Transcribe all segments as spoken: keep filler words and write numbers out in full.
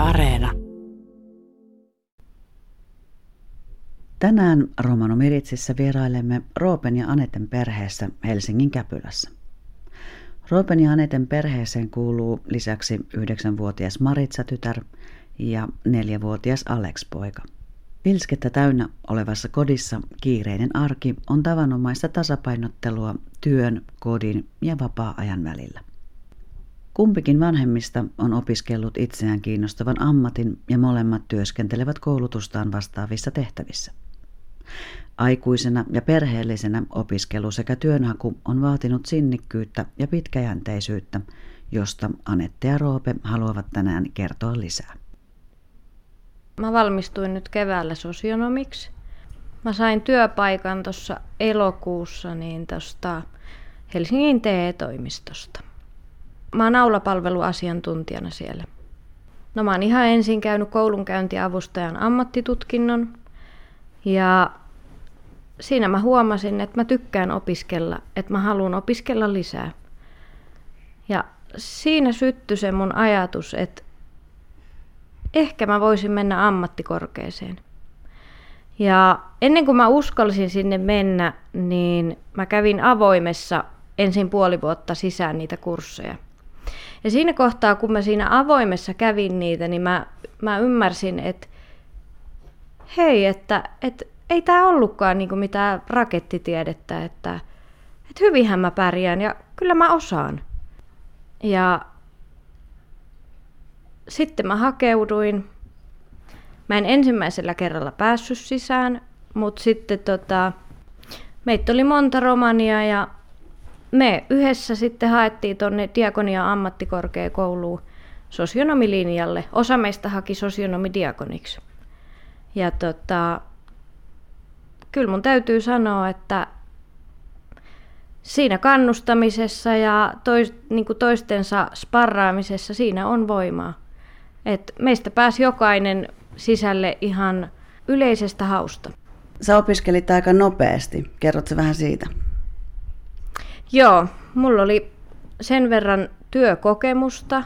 Areena. Tänään Romano Miritsissä vierailemme Roopen ja Aneten perheessä Helsingin Käpylässä. Roopen ja Aneten perheeseen kuuluu lisäksi yhdeksänvuotias Maritsa-tytär ja neljävuotias Alex-poika. Vilskettä täynnä olevassa kodissa kiireinen arki on tavanomaista tasapainottelua työn, kodin ja vapaa-ajan välillä. Kumpikin vanhemmista on opiskellut itseään kiinnostavan ammatin ja molemmat työskentelevät koulutustaan vastaavissa tehtävissä. Aikuisena ja perheellisenä opiskelu sekä työnhaku on vaatinut sinnikkyyttä ja pitkäjänteisyyttä, josta Anette ja Roope haluavat tänään kertoa lisää. Mä valmistuin nyt keväällä sosionomiksi. Mä sain työpaikan tuossa elokuussa niin tuosta Helsingin T E-toimistosta. Mä oon aulapalveluasiantuntijana siellä. No mä oon ihan ensin käynyt koulunkäyntiavustajan ammattitutkinnon ja siinä mä huomasin, että mä tykkään opiskella, että mä haluan opiskella lisää. Ja siinä syttyi se mun ajatus, että ehkä mä voisin mennä ammattikorkeeseen. Ja ennen kuin mä uskalsin sinne mennä, niin mä kävin avoimessa ensin puoli vuotta sisään niitä kursseja. Ja siinä kohtaa, kun mä siinä avoimessa kävin niitä, niin mä, mä ymmärsin, että hei, että, että ei tää ollutkaan niinku mitään rakettitiedettä, että, että hyvinhän mä pärjään ja kyllä mä osaan. Ja sitten mä hakeuduin. Mä en ensimmäisellä kerralla päässyt sisään, mutta sitten tota, meitä oli monta romania ja me yhdessä sitten haettiin tuonne Diakonia ammattikorkeakouluun sosionomilinjalle. Osa meistä haki sosionomidiakoniksi. Ja tota, kyllä mun täytyy sanoa, että siinä kannustamisessa ja tois, niin kuin toistensa sparraamisessa siinä on voimaa. Et meistä pääsi jokainen sisälle ihan yleisestä hausta. Sä opiskelit aika nopeasti. Kerrotko vähän siitä? Joo, mulla oli sen verran työkokemusta,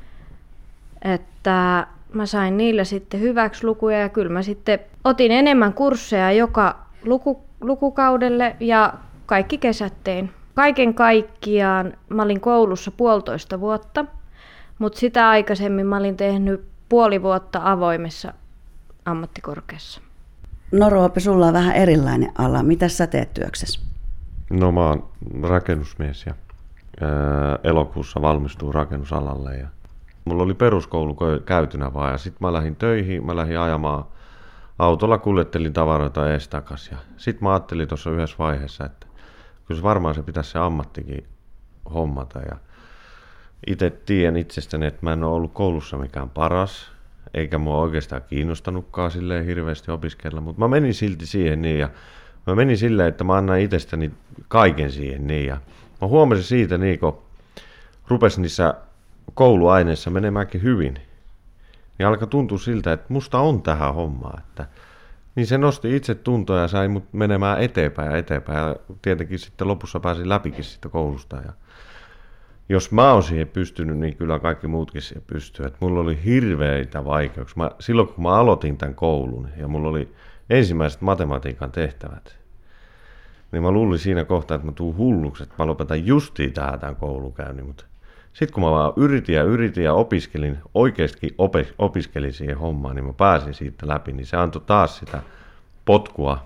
että mä sain niillä sitten hyväksi lukuja ja kyllä mä sitten otin enemmän kursseja joka luku, lukukaudelle ja kaikki kesät tein. Kaiken kaikkiaan mä olin koulussa puolitoista vuotta, mutta sitä aikaisemmin mä olin tehnyt puoli vuotta avoimessa ammattikorkeassa. No Roope, sulla on vähän erilainen ala. Mitä sä teet työksessä? No mä oon rakennusmies ja ää, elokuussa valmistuu rakennusalalle. Ja mulla oli peruskoulu käytynä vaan ja sit mä lähdin töihin, mä lähdin ajamaan autolla, kuljettelin tavaroita ees takas. Ja sit mä ajattelin tuossa yhdessä vaiheessa, että kyllä varmaan se pitäisi se ammattikin hommata. Ja itse tiedän itsestäni, että mä en ole ollut koulussa mikään paras, eikä mua oikeastaan kiinnostanutkaan silleen hirveästi opiskella, mutta mä menin silti siihen niin ja mä menin silleen, että mä annan itsestäni kaiken siihen niin ja mä huomasin siitä niin, kun rupesi niissä kouluaineissa menemäänkin hyvin, niin alkoi tuntua siltä, että musta on tähän hommaan, että niin se nosti itse tuntoa ja sai mut menemään eteenpäin ja eteenpäin ja tietenkin sitten lopussa pääsin läpikin siitä koulusta ja jos mä oon siihen pystynyt, niin kyllä kaikki muutkin siihen pystyy. Et mulla oli hirveitä vaikeuksia. Mä, silloin kun mä aloitin tämän koulun ja mulla oli ensimmäiset matematiikan tehtävät, niin mä luulin siinä kohtaa, että mä tuun hulluksi, että mä lopetan justiin tähän tämän koulunkäynnin. Mutta sitten kun mä vaan yritin ja yritin ja opiskelin, oikeastikin op- opiskelin siihen hommaan, niin mä pääsin siitä läpi, niin se antoi taas sitä potkua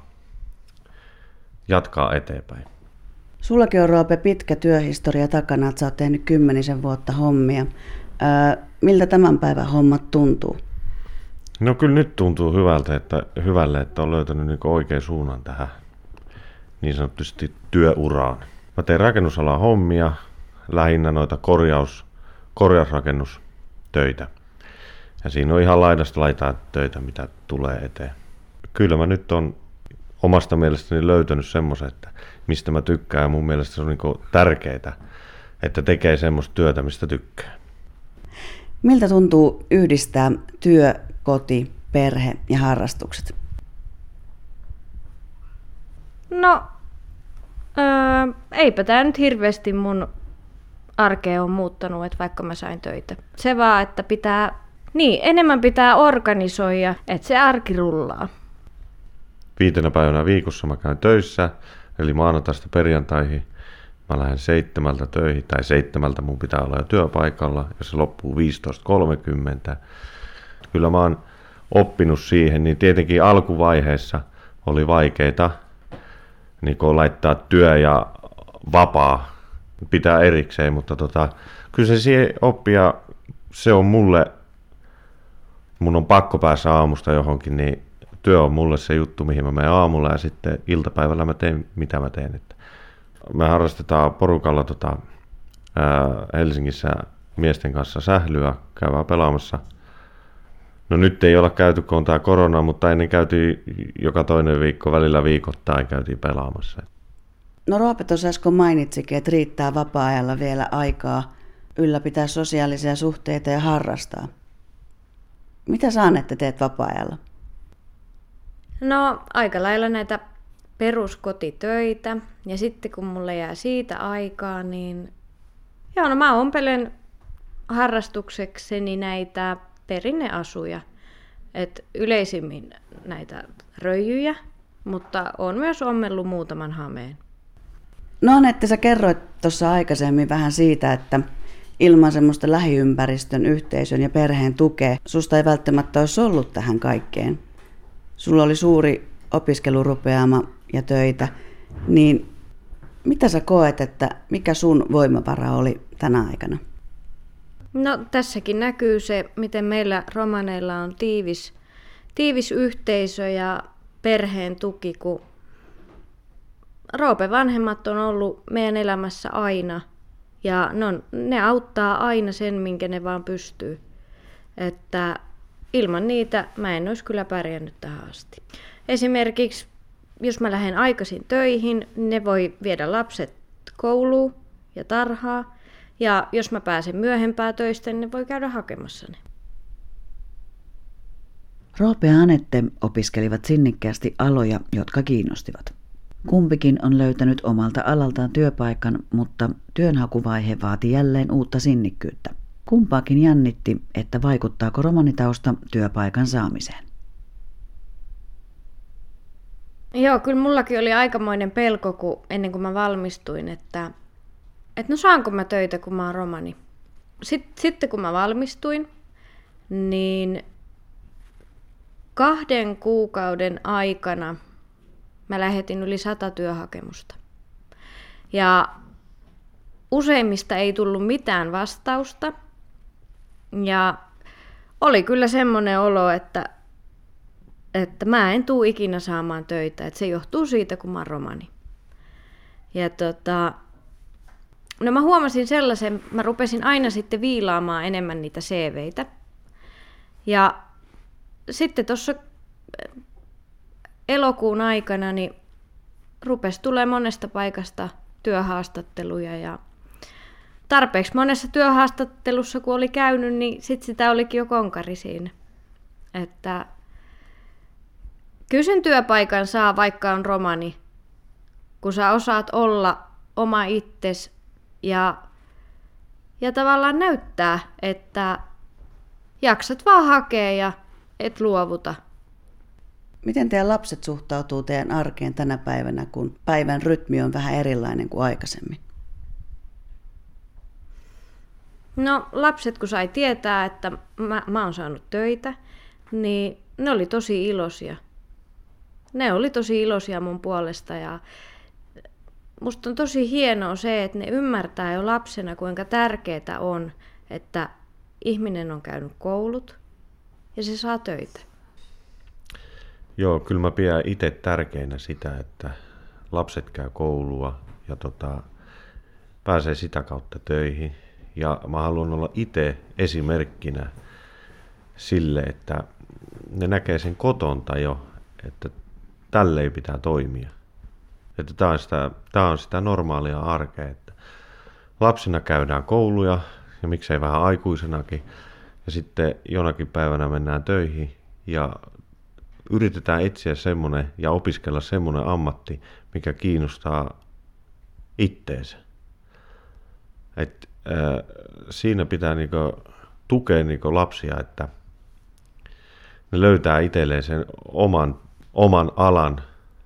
jatkaa eteenpäin. Sullakin on, Roope, pitkä työhistoria takana, että sä oot tehnyt kymmenisen vuotta hommia. Ää, miltä tämän päivän hommat tuntuu? No kyllä nyt tuntuu hyvältä, että, hyvälle, että on löytänyt niin oikean suunnan tähän niin sanotusti työuraan. Mä teen rakennusalan hommia, lähinnä noita korjaus, korjausrakennustöitä. Ja siinä on ihan laidasta laitaa töitä, mitä tulee eteen. Kyllä mä nyt on omasta mielestäni löytänyt semmoisen, että mistä mä tykkään, ja mun mielestä se on niin tärkeää, että tekee semmoista työtä, mistä tykkää. Miltä tuntuu yhdistää työ, koti, perhe ja harrastukset? No, öö, eipä tää nyt hirveästi mun arkea on muuttanut, että vaikka mä sain töitä. Se vaan, että pitää Niin, enemmän pitää organisoida, että se arki rullaa. Viitenä päivänä viikossa mä käyn töissä, eli maanantaista perjantaihin. Mä lähden seitsemältä töihin, tai seitsemältä mun pitää olla jo työpaikalla, ja se loppuu viisitoista kolmekymmentä. Kyllä mä oon oppinut siihen, niin tietenkin alkuvaiheessa oli vaikeita niin kun laittaa työ ja vapaa pitää erikseen, mutta tota, kyllä se siihen oppia, se on mulle, mun on pakko päästä aamusta johonkin, niin työ on mulle se juttu, mihin mä menen aamulla ja sitten iltapäivällä mä teen, mitä mä teen. Että me harrastetaan porukalla tota, ää, Helsingissä miesten kanssa sählyä, käydään pelaamassa. No nyt ei olla käyty, kun on tää korona, mutta ennen käytiin joka toinen viikko, välillä viikoittain käytiin pelaamassa. No Roope tuossa äsken mainitsikin, että riittää vapaa-ajalla vielä aikaa ylläpitää sosiaalisia suhteita ja harrastaa. Mitä sä Anette teet vapaa-ajalla? No aika lailla näitä peruskotitöitä ja sitten kun mulle jää siitä aikaa, niin joo, no mä ompelen harrastuksekseni näitä perinneasuja, et yleisimmin näitä röijyjä, mutta on myös ommellut muutaman hameen. No Anette, sä kerroit tuossa aikaisemmin vähän siitä, että ilman semmoista lähiympäristön, yhteisön ja perheen tukea susta ei välttämättä olisi ollut tähän kaikkeen. Sulla oli suuri opiskelurupeama ja töitä, niin mitä sä koet, että mikä sun voimavara oli tänä aikana? No tässäkin näkyy se, miten meillä romaneilla on tiivis, tiivis yhteisö ja perheen tuki, kun Roopen vanhemmat on ollut meidän elämässä aina ja ne, on, ne auttaa aina sen, minkä ne vaan pystyy. Että ilman niitä mä en olisi kyllä pärjännyt tähän asti. Esimerkiksi jos mä lähden aikaisin töihin, ne voi viedä lapset kouluun ja tarhaa. Ja jos mä pääsen myöhempää töistä, niin ne voi käydä hakemassa ne. Roope ja Anette opiskelivat sinnikkäästi aloja, jotka kiinnostivat. Kumpikin on löytänyt omalta alaltaan työpaikan, mutta työnhakuvaihe vaati jälleen uutta sinnikkyyttä. Kumpaakin jännitti, että vaikuttaako romanitausta työpaikan saamiseen. Joo, kyllä mullakin oli aikamoinen pelko, kun ennen kuin mä valmistuin, että, että no saanko mä töitä, kun mä oon romani. Sitten, sitten kun mä valmistuin, niin kahden kuukauden aikana mä lähetin yli sata työhakemusta. Ja useimmista ei tullut mitään vastausta. Ja oli kyllä semmoinen olo, että, että mä en tule ikinä saamaan töitä. Että se johtuu siitä, kun mä oon romani. Ja tota, no mä huomasin sellaisen, mä rupesin aina sitten viilaamaan enemmän niitä C V:itä. Ja sitten tuossa elokuun aikana niin rupesi tulee monesta paikasta työhaastatteluja ja tarpeeksi monessa työhaastattelussa kun oli käynyt, niin sitten sitä olikin jo konkari siinä. Että kyllä sen työpaikan saa, vaikka on romani, kun sä osaat olla oma itses ja, ja tavallaan näyttää, että jaksat vaan hakea ja et luovuta. Miten teidän lapset suhtautuu teidän arkeen tänä päivänä, kun päivän rytmi on vähän erilainen kuin aikaisemmin? No lapset kun sai tietää, että mä, mä oon saanut töitä, niin ne oli tosi iloisia. Ne oli tosi iloisia mun puolesta ja musta on tosi hienoa se, että ne ymmärtää jo lapsena, kuinka tärkeää on, että ihminen on käynyt koulut ja se saa töitä. Joo, kyllä mä pidän itse tärkeänä sitä, että lapset käy koulua ja tota, pääsee sitä kautta töihin. Ja mä haluan olla itse esimerkkinä sille, että ne näkee sen kotonta jo, että tälleen pitää toimia. Että tää on sitä, tää on sitä normaalia arkea, että lapsina käydään kouluja ja miksei vähän aikuisenakin. Ja sitten jonakin päivänä mennään töihin ja yritetään etsiä semmoinen ja opiskella semmoinen ammatti, mikä kiinnostaa itteensä. Et, äh, siinä pitää niinku tukea niinku lapsia, että ne löytää itselleen sen oman, oman alan.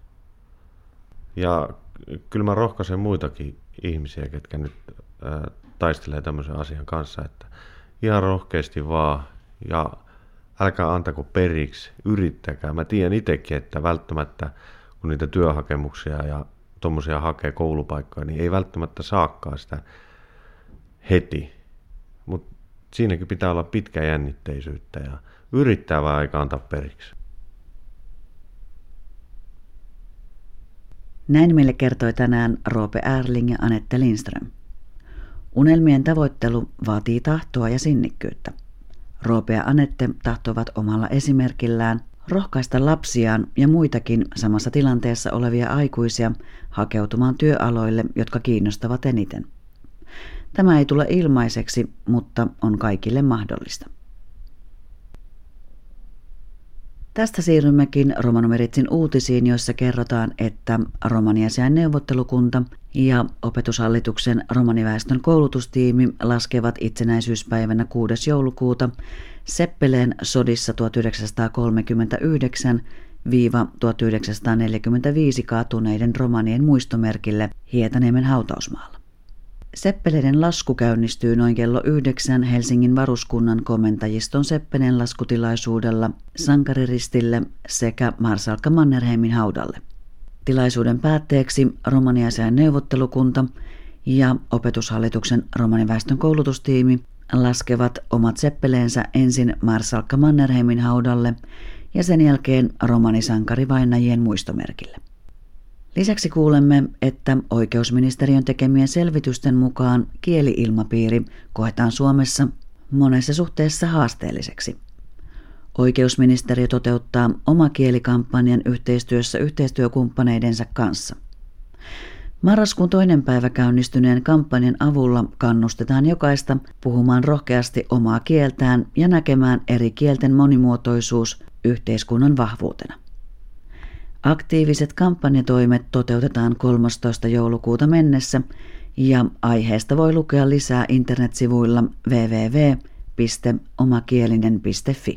Ja kyllä mä rohkaisen muitakin ihmisiä, ketkä nyt ää, taistelee tämmöisen asian kanssa, että ihan rohkeasti vaan ja älkää antako periksi, yrittäkää. Mä tiedän itsekin, että välttämättä kun niitä työhakemuksia ja tommosia hakee koulupaikkaa, niin ei välttämättä saakaan sitä heti. Mutta siinäkin pitää olla pitkäjännitteisyyttä ja yrittää vaan eikä antaa periksi. Näin meille kertoi tänään Roope Erling ja Anette Lindström. Unelmien tavoittelu vaatii tahtoa ja sinnikkyyttä. Roope ja Anette tahtovat omalla esimerkillään rohkaista lapsiaan ja muitakin samassa tilanteessa olevia aikuisia hakeutumaan työaloille, jotka kiinnostavat eniten. Tämä ei tule ilmaiseksi, mutta on kaikille mahdollista. Tästä siirrymmekin Romanomeritsin uutisiin, joissa kerrotaan, että romaniasiain neuvottelukunta ja opetushallituksen romaniväestön koulutustiimi laskevat itsenäisyyspäivänä kuudes joulukuuta Seppeleen sodissa tuhatyhdeksänsataakolmekymmentäyhdeksän tuhatyhdeksänsataaneljäkymmentäviisi kaatuneiden romanien muistomerkille Hietaniemen hautausmaalla. Seppeleiden lasku käynnistyy noin kello yhdeksän Helsingin varuskunnan komentajiston Seppelen laskutilaisuudella sankariristille sekä Marsalkka Mannerheimin haudalle. Tilaisuuden päätteeksi romaniasiain neuvottelukunta ja opetushallituksen romaniväestön koulutustiimi laskevat omat seppeleensä ensin Marsalkka Mannerheimin haudalle ja sen jälkeen romanisankarivainajien muistomerkille. Lisäksi kuulemme, että oikeusministeriön tekemien selvitysten mukaan kieli-ilmapiiri koetaan Suomessa monessa suhteessa haasteelliseksi. Oikeusministeriö toteuttaa omakieලිkampanjan yhteistyössä yhteistyökumppaneidensa kanssa. Marraskuun toinen päivä käynnistyneen kampanjan avulla kannustetaan jokaista puhumaan rohkeasti omaa kieltään ja näkemään eri kielten monimuotoisuus yhteiskunnan vahvuutena. Aktiiviset kampanjatoimet toteutetaan kolmastoista joulukuuta mennessä ja aiheesta voi lukea lisää internetsivuilla double-u double-u double-u piste omakielinen piste fi.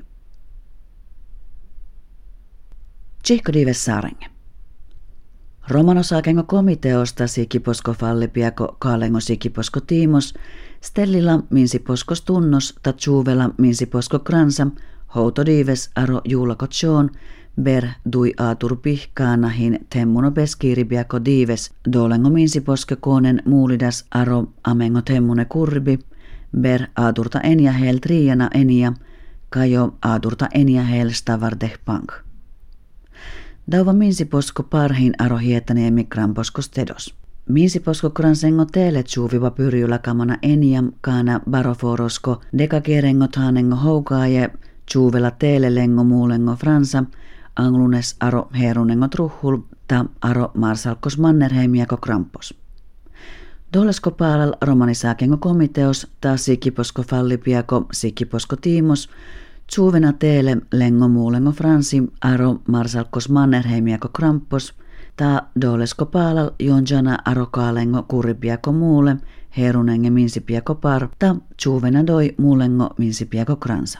Tsihko dives saarenge. Romano-saakengo komiteosta sikiposko fallipiako kaalengo sikiposko tiimos, stellilla minsiposkos tunnos tatsuvela minsiposko kransa, houto dives aro juulako tjoon, ber dui aatur pihkaanahin temmuno beskiiribiako dives, dolengo minsiposke koonen muulidas aro amengo temmune kurbi, ber aaturta enia hel triana enia, kajo aaturta enia hel stavardeh pank. Dauva minsiposko parhin aro Hietaniemi kramposkos tedos. Minsiposko kransengo teele tsuuviva pyrjyläkamana eniam kaana baroforosko dekakerengo taanengo houkaaje tsuuvela teelelengo muulengo fransa anglunes aro herunengo truhul ta aro marsalkos mannerheimiako krampos. Dolesko paalal romanisaakengo komiteos ta sikiposko fallipiako sikiposko tiimos tsuuvena teele lengo muulengo fransi aro marsalkos mannerheimiako krampos ta dolesko paalal jonjana aro kaalengo kuripiako muule herunenge minsipiako par ta tsuuvena doi muulengo minsipiako kransa.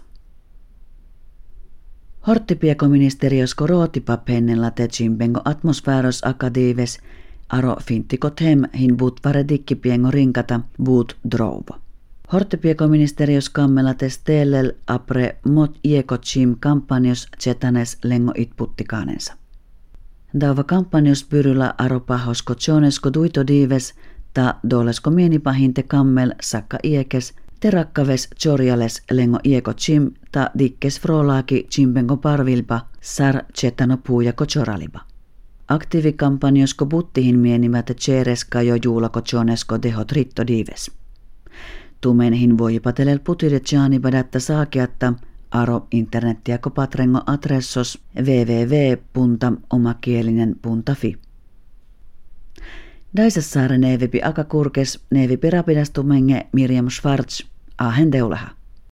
Horttipiekoministeriosko rootipapennella te chimpengo atmosfääros akadiives aro fintikot hem hin buut varedikkipiengo rinkata buut drouvo. Horttipiekoministerios kammella te stellel apre mot ieko chim kampanjos tsetanes lengo itputtikanensa. Dauva kampanjos pyryllä aro pahosko tjonesko duito diives ta dolesko mienipahinte kammel sakka iekes te rakkaves tjorjales lengo ieko chim ta dikkes frolaaki chimpengo parvilpa sar chetano puujako tjoraliba. Aktiivikampanjosko buttihin mienimät tjereska jo juulako tjonesko dehot ritto diives. Tumenhin voi patelel putidet jaani badatta saakiatta aro internettiako patrengo adressos www piste omakielinen piste fi. Daisessaare neevipi akakurkes neevipi rapidastumenge Miriam Schwartz ahen deulaha.